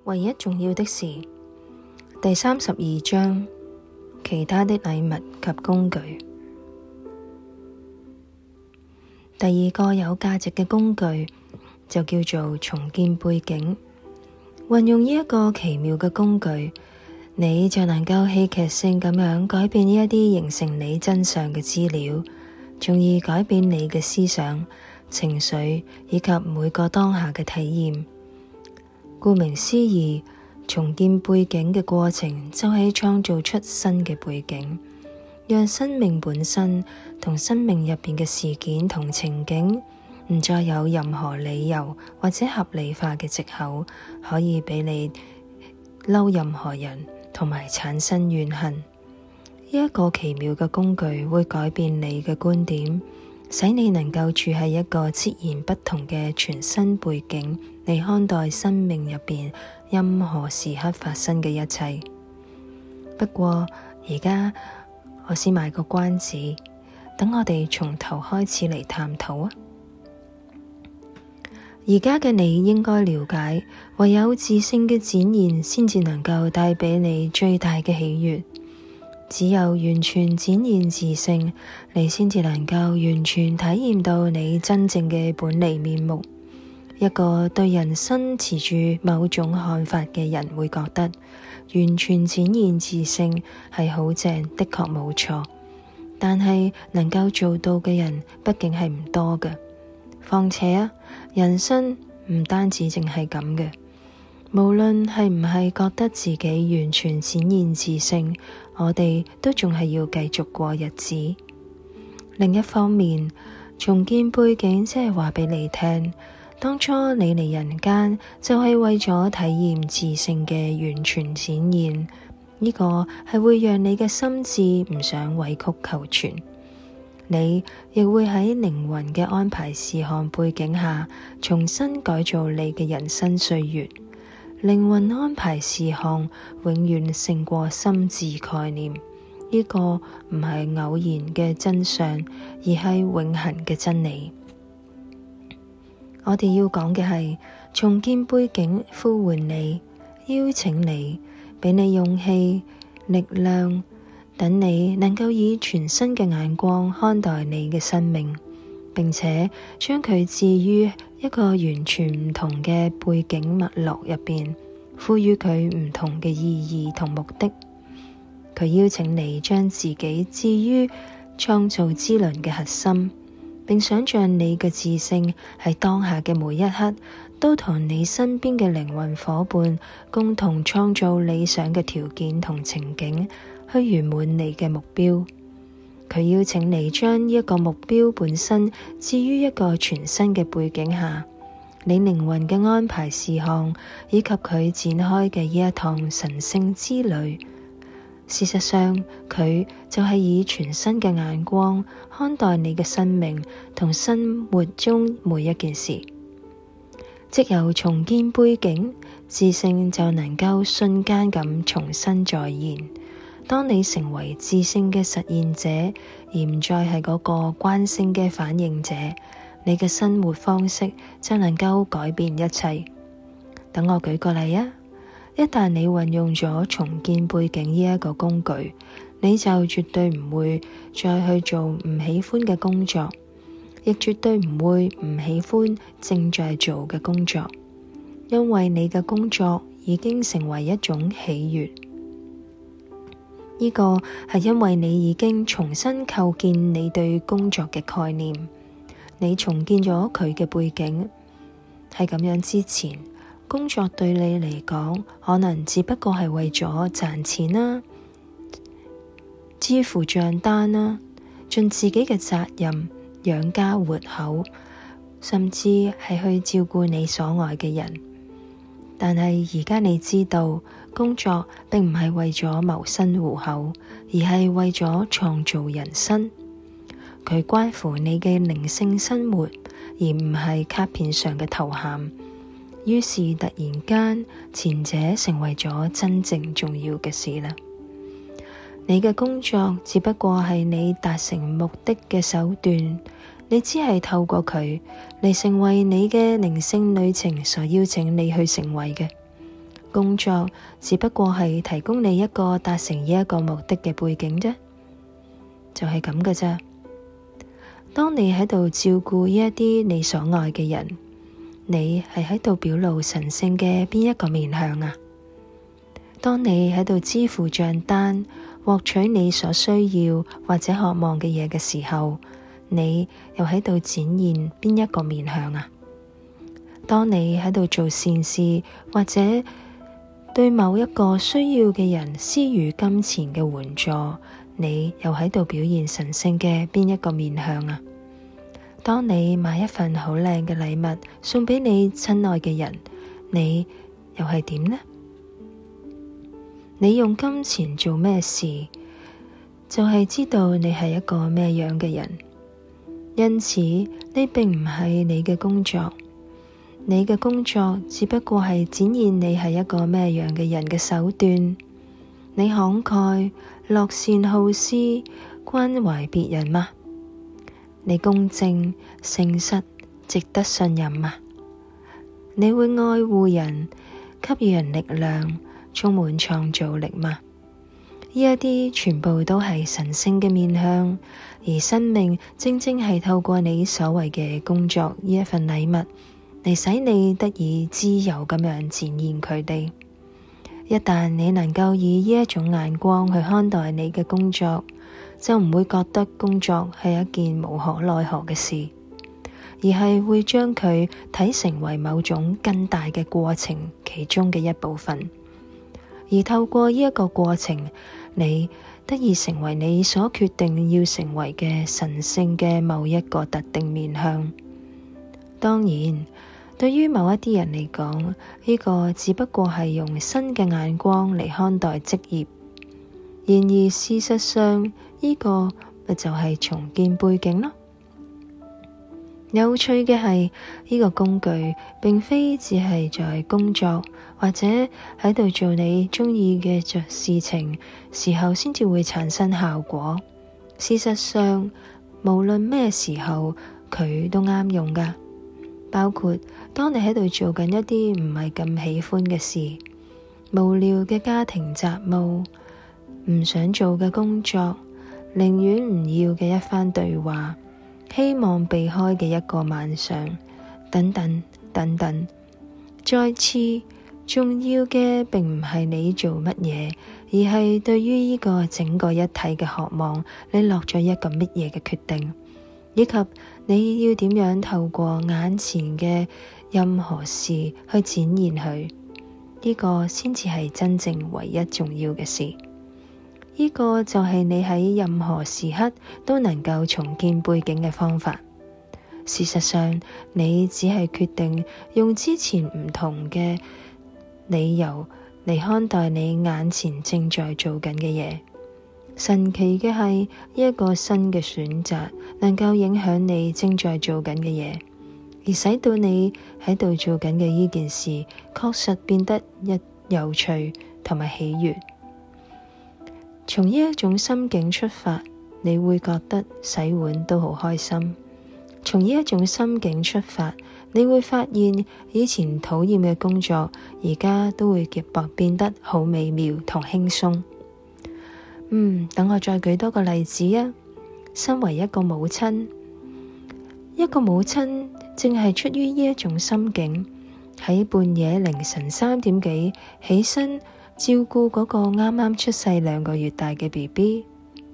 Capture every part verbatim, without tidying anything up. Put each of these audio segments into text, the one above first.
唯一重要的是第三十二章，其他的禮物及工具。第二個有價值嘅工具就叫做重建背景。運用呢一個奇妙嘅工具，你就能夠戲劇性咁樣改變呢一啲形成你真相嘅資料，從而改變你嘅思想、情緒以及每個當下嘅體驗。顧名思義，重建背景嘅過程就係創造出新嘅背景，讓生命本身同生命入邊嘅事件同情景唔再有任何理由或者合理化嘅藉口，可以俾你嬲任何人同埋產生怨恨。呢一個奇妙嘅工具會改變你嘅觀點，使你能夠處喺一個截然不同嘅全新背景嚟看待生命入邊任何時刻發生嘅一切。不過而家我先賣個關子，等我哋從頭開始嚟探討啊！而家嘅你應該了解，唯有自性嘅展現先至能夠帶俾你最大嘅喜悅。只有完全展現自性，你先至能夠完全體驗到你真正嘅本嚟面目。一個對人生持住某種看法嘅人會覺得，完全展現自性係好正，的確冇錯。但係能夠做到嘅人畢竟係唔多嘅。況且啊，人生唔單止淨係咁嘅。無論係唔係覺得自己完全展現自性，我哋都仲係要繼續過日子。另一方面，重建背景即係話俾你聽，當初你嚟人間就係為咗體驗自性嘅完全展現，呢個係會讓你嘅心智唔想委曲求全。你亦會喺靈魂嘅安排事項背景下，重新改造你嘅人生歲月。靈魂安排事項永遠勝過心智概念，呢個唔係偶然嘅真相，而係永恆嘅真理。我哋要講嘅係重建背景，呼喚你，邀請你，俾你勇氣、力量，等你能夠以全新嘅眼光看待你嘅生命，並且將佢置於一個完全唔同嘅背景脈絡入邊，賦予佢唔同嘅意義同目的。佢邀請你將自己置於創造之輪嘅核心，並想象你嘅自性喺當下嘅每一刻都同你身邊嘅靈魂夥伴共同創造理想嘅條件同情景，去圓滿你嘅目標。佢邀請你將呢一個目標本身置於一個全新嘅背景下，你靈魂嘅安排事項以及佢展開嘅呢一趟神聖之旅。事實上，佢就係以全新嘅眼光看待你嘅生命同生活中每一件事。藉由重建背景，自性就能夠瞬間咁重新再現。當你成為自性嘅實現者，而唔再係嗰個慣性嘅反應者，你嘅生活方式就能夠改變一切。等我舉個例啊，一旦你運用咗重建背景呢一個工具，你就絕對唔會再去做唔喜歡嘅工作，亦絕對唔會唔喜歡正在做嘅工作，因為你嘅工作已經成為一種喜悅。呢個係因為你已經重新構建你對工作嘅概念，你重建咗佢嘅背景。喺咁樣之前，工作對你嚟講可能只不過係為咗賺錢啦、支付賬單啦、盡自己嘅責任、養家活口，甚至係去照顧你所愛嘅人。但係而家你知道，工作並唔係為咗謀生糊口，而係為咗創造人生。佢關乎你嘅靈性生活，而唔係卡片上嘅頭銜。於是突然間，前者成為咗真正重要嘅事啦。你嘅工作只不過係你達成目的嘅手段，你只係透過佢嚟成為你嘅靈性旅程所邀請你去成為嘅。 工作只不過係提供你一個達成呢一個目的嘅背景啫，就係咁㗎咋。當你喺度照顧呢一啲你所愛嘅人，你係喺度表露神聖嘅邊一個面向啊？當你喺度支付賬單，獲取你所需要或者渴望嘅嘢嘅時候，你又喺度展現邊一個面向啊？當你喺度做善事，或者對某一個需要嘅人施予金錢嘅援助，你又喺度表現神聖嘅邊一個面向啊？當你買一份好靚嘅禮物送俾你親愛嘅人，你又係點呢？你用金錢做咩事，就係知道你係一個咩樣嘅人。因此，呢並唔係你嘅工作，你嘅工作只不過係展現你係一個咩樣嘅人嘅手段。你慷慨、樂善好施、關懷別人嗎？你公正、誠實、值得信任嗎？你會愛護人、給予人力量、充滿創造力嗎？呢一啲全部都係神聖嘅面向，而生命正正係透過你所謂嘅工作呢一份禮物，嚟使你得以自由咁樣展現佢哋。一旦你能夠以呢一種眼光去看待你嘅工作，就唔會覺得工作係一件無可奈何嘅事，而係會將佢睇成為某種更大嘅過程其中嘅一部分。而透過呢一個過程，你得以成為你所決定要成為嘅神聖嘅某一個特定面向。當然，對於某一啲人嚟講，呢個只不過係用新嘅眼光嚟看待職業。然而事實上，呢個咪就係重建背景咯。有趣嘅係，呢個工具並非只係在工作或者喺度做你鍾意嘅事情時候先至會產生效果。事實上，無論咩時候佢都啱用㗎，包括當你喺度做緊一啲唔係咁喜歡嘅事、無聊嘅家庭雜務、唔想做嘅工作、寧願唔要嘅一番對話、希望避開嘅一個晚上，等等等等。再次重要嘅並唔係你做乜嘢，而係對於呢個整個一體嘅渴望，你落咗一個乜嘢嘅決定，以及你要點樣透過眼前嘅任何事去展現佢，呢個先至係真正唯一重要嘅事。呢個就係你喺任何時刻都能夠重建背景嘅方法。事實上，你只係決定用之前唔同嘅理由嚟看待你眼前正在做緊嘅嘢。神奇嘅係，呢一個新嘅選擇能夠影響你正在做緊嘅嘢，而使到你喺度做緊嘅呢件事確實變得一有趣同埋喜悅。從呢一種心境出發，你會覺得洗碗都好開心。從呢一種心境出發，你會發現以前討厭嘅工作，而家都會結薄變得好美妙同輕鬆。嗯，等我再舉多個例子啊。身為一個母親，一個母親正係出於呢一種心境，喺半夜凌晨三點幾起身照顧嗰個啱啱出世兩個月大嘅 B B。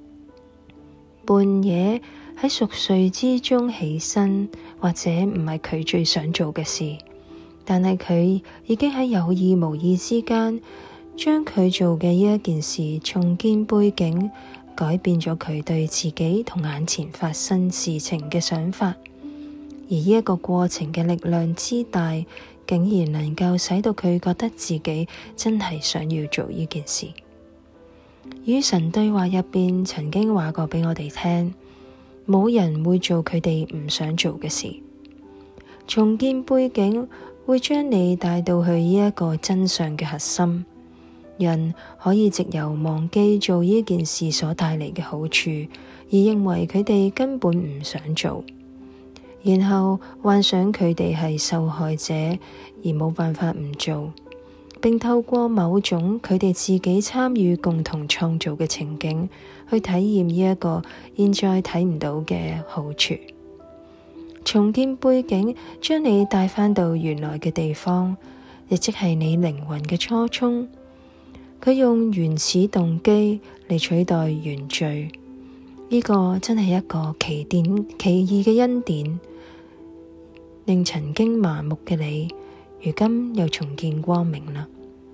半夜喺熟睡之中起身，或者唔係佢最想做嘅事，但係佢已經喺有意無意之間將佢做嘅呢一件事重建背景，改變咗佢對自己同眼前發生事情嘅想法。而呢一個過程嘅力量之大，竟然能夠使到佢覺得自己真係想要做呢件事。與神對話入邊曾經話過俾我哋聽，冇人會做佢哋唔想做嘅事。重建背景會將你帶到去呢一個真相嘅核心。人可以藉由忘記做呢件事所帶嚟嘅好處，而認為佢哋根本唔想做，然後幻想佢哋係受害者而冇辦法唔做。 並透過某種佢哋自己參與共同創造嘅情景，去體驗呢一個現在睇唔到嘅好處。重建背景將你帶返到原來嘅地方，亦即係你靈魂嘅初衷。佢用原始動機嚟取代原罪，呢、這個真係一個奇典奇異嘅恩典，令曾經麻木嘅你，如今又重見光明啦。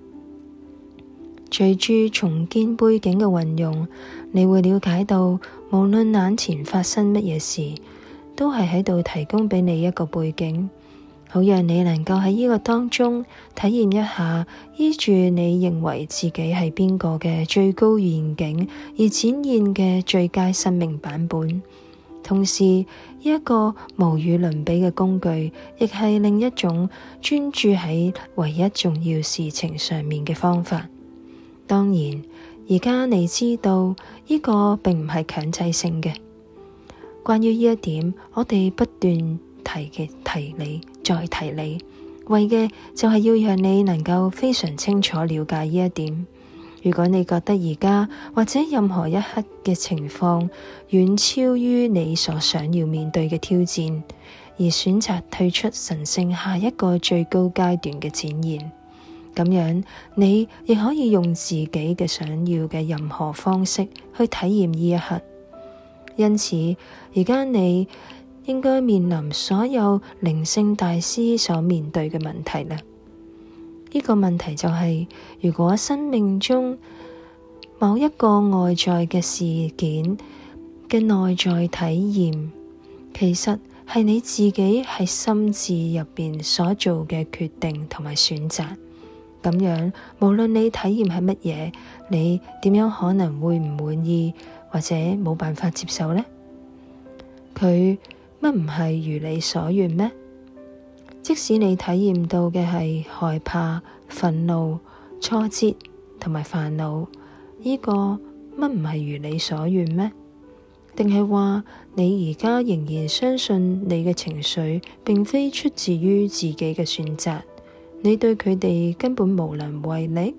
隨住重建背景嘅運用，你會了解到，無論眼前發生乜嘢事，都係喺度提供俾你一個背景，好讓你能夠喺呢個當中體驗一下，依住你認為自己係邊個嘅最高願景而展現嘅最佳生命版本。同時，呢一個無與倫比嘅工具，亦係另一種專注喺唯一重要事情上面嘅方法。當然，而家你知道呢個並唔係強制性嘅。關於呢一點，我哋不斷提嘅提你，再提你，為嘅就係要讓你能夠非常清楚了解呢一點。如果你覺得而家或者任何一刻嘅情況遠超於你所想要面對嘅挑戰，而選擇退出神聖下一個最高階段嘅展現，咁樣你亦可以用自己嘅想要嘅任何方式去體驗呢一刻。因此，而家你應該面臨所有靈性大師所面對嘅問題啦。呢個問題就係，如果生命中某一個外在嘅事件嘅內在體驗，其實係你自己喺心智入邊所做嘅決定同埋選擇，咁樣無論你體驗係乜嘢，你點樣可能會唔滿意或者冇辦法接受呢？佢乜唔係如你所願咩？即使你體驗到嘅係害怕、憤怒、挫折同埋煩惱，呢個乜唔係如你所願咩？定係話你而家仍然相信你嘅情緒並非出自於自己嘅選擇，你對佢哋根本無能為力？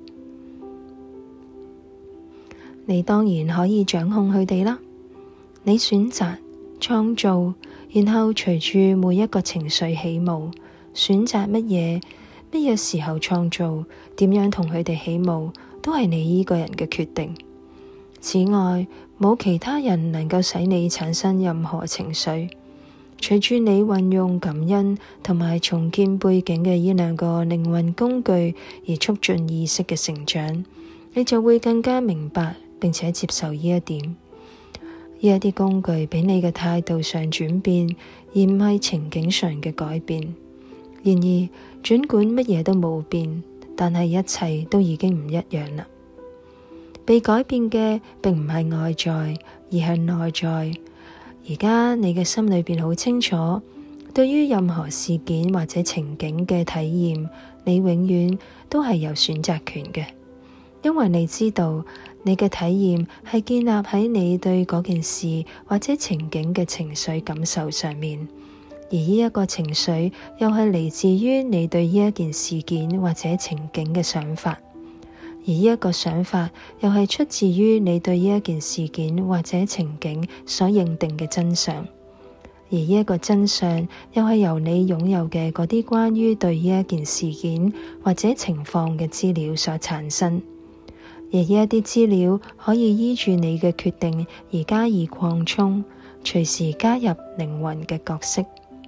你當然可以掌控佢哋啦。你選擇創造，然後隨住每一個情緒起舞，選擇乜嘢、乜嘢時候創造，點樣同佢哋起舞，都係你呢個人嘅決定。此外，冇其他人能夠使你產生任何情緒。隨住你運用感恩同埋重建背景嘅呢兩個靈魂工具而促進意識嘅成長，你就會更加明白並且接受呢一點。呢一啲工具俾你嘅態度上轉變，而唔係情景上嘅改變。然而，儘管乜嘢都冇變，但係一切都已經唔一樣啦。被改變嘅並唔係外在，而係內在。而家你嘅心裏邊好清楚，對於任何事件或者情景嘅體驗，你永遠都係有選擇權嘅，因為你知道你嘅體驗係建立喺你對嗰件事或者情景嘅情緒感受上面，而呢一個情緒又係嚟自於你對呢一件事件或者情景嘅想法。而呢一個想法又係出自於你對呢一件事件或者情景所認定嘅真相，而呢一個真相又係由你擁有嘅嗰啲關於對呢一件事件或者情況嘅資料所產生，而呢一啲資料可以依住你嘅決定而加以擴充，隨時加入靈魂嘅角色。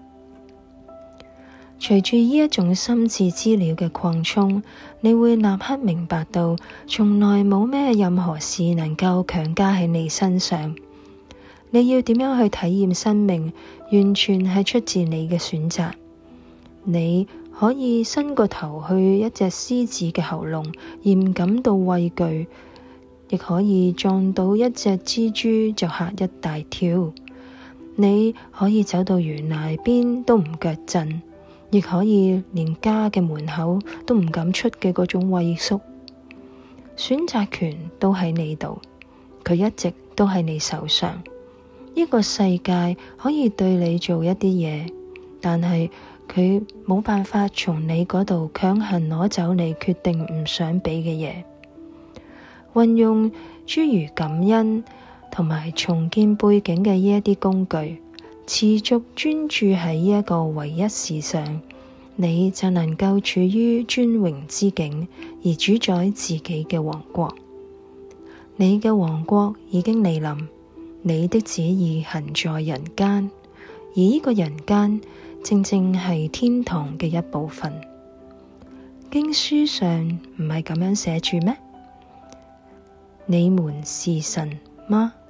隨住呢一種心智資料嘅擴充，你會立刻明白到，從來冇咩任何事能夠強加喺你身上。你要點樣去體驗生命，完全係出自你嘅選擇。你可以伸個頭去一隻獅子嘅喉嚨，而唔感到畏懼，亦可以撞到一隻蜘蛛就嚇一大跳。你可以走到懸崖邊都唔腳震，亦可以連家嘅門口都唔敢出嘅嗰種畏縮。選擇權都喺你度，佢一直都喺你手上。呢個世界可以對你做一啲嘢，但係佢冇辦法從你嗰度強行攞走你決定唔想畀嘅嘢。運用諸如感恩同埋重建背景嘅呢一啲工具，持續專注喺呢一個唯一事上，你就能夠處於尊榮之境，而主宰自己嘅王國。你嘅王國已經嚟臨，你的旨意行在人間，而呢個人間正正係天堂嘅一部分。經書上唔係咁樣寫住咩？你們是神嗎？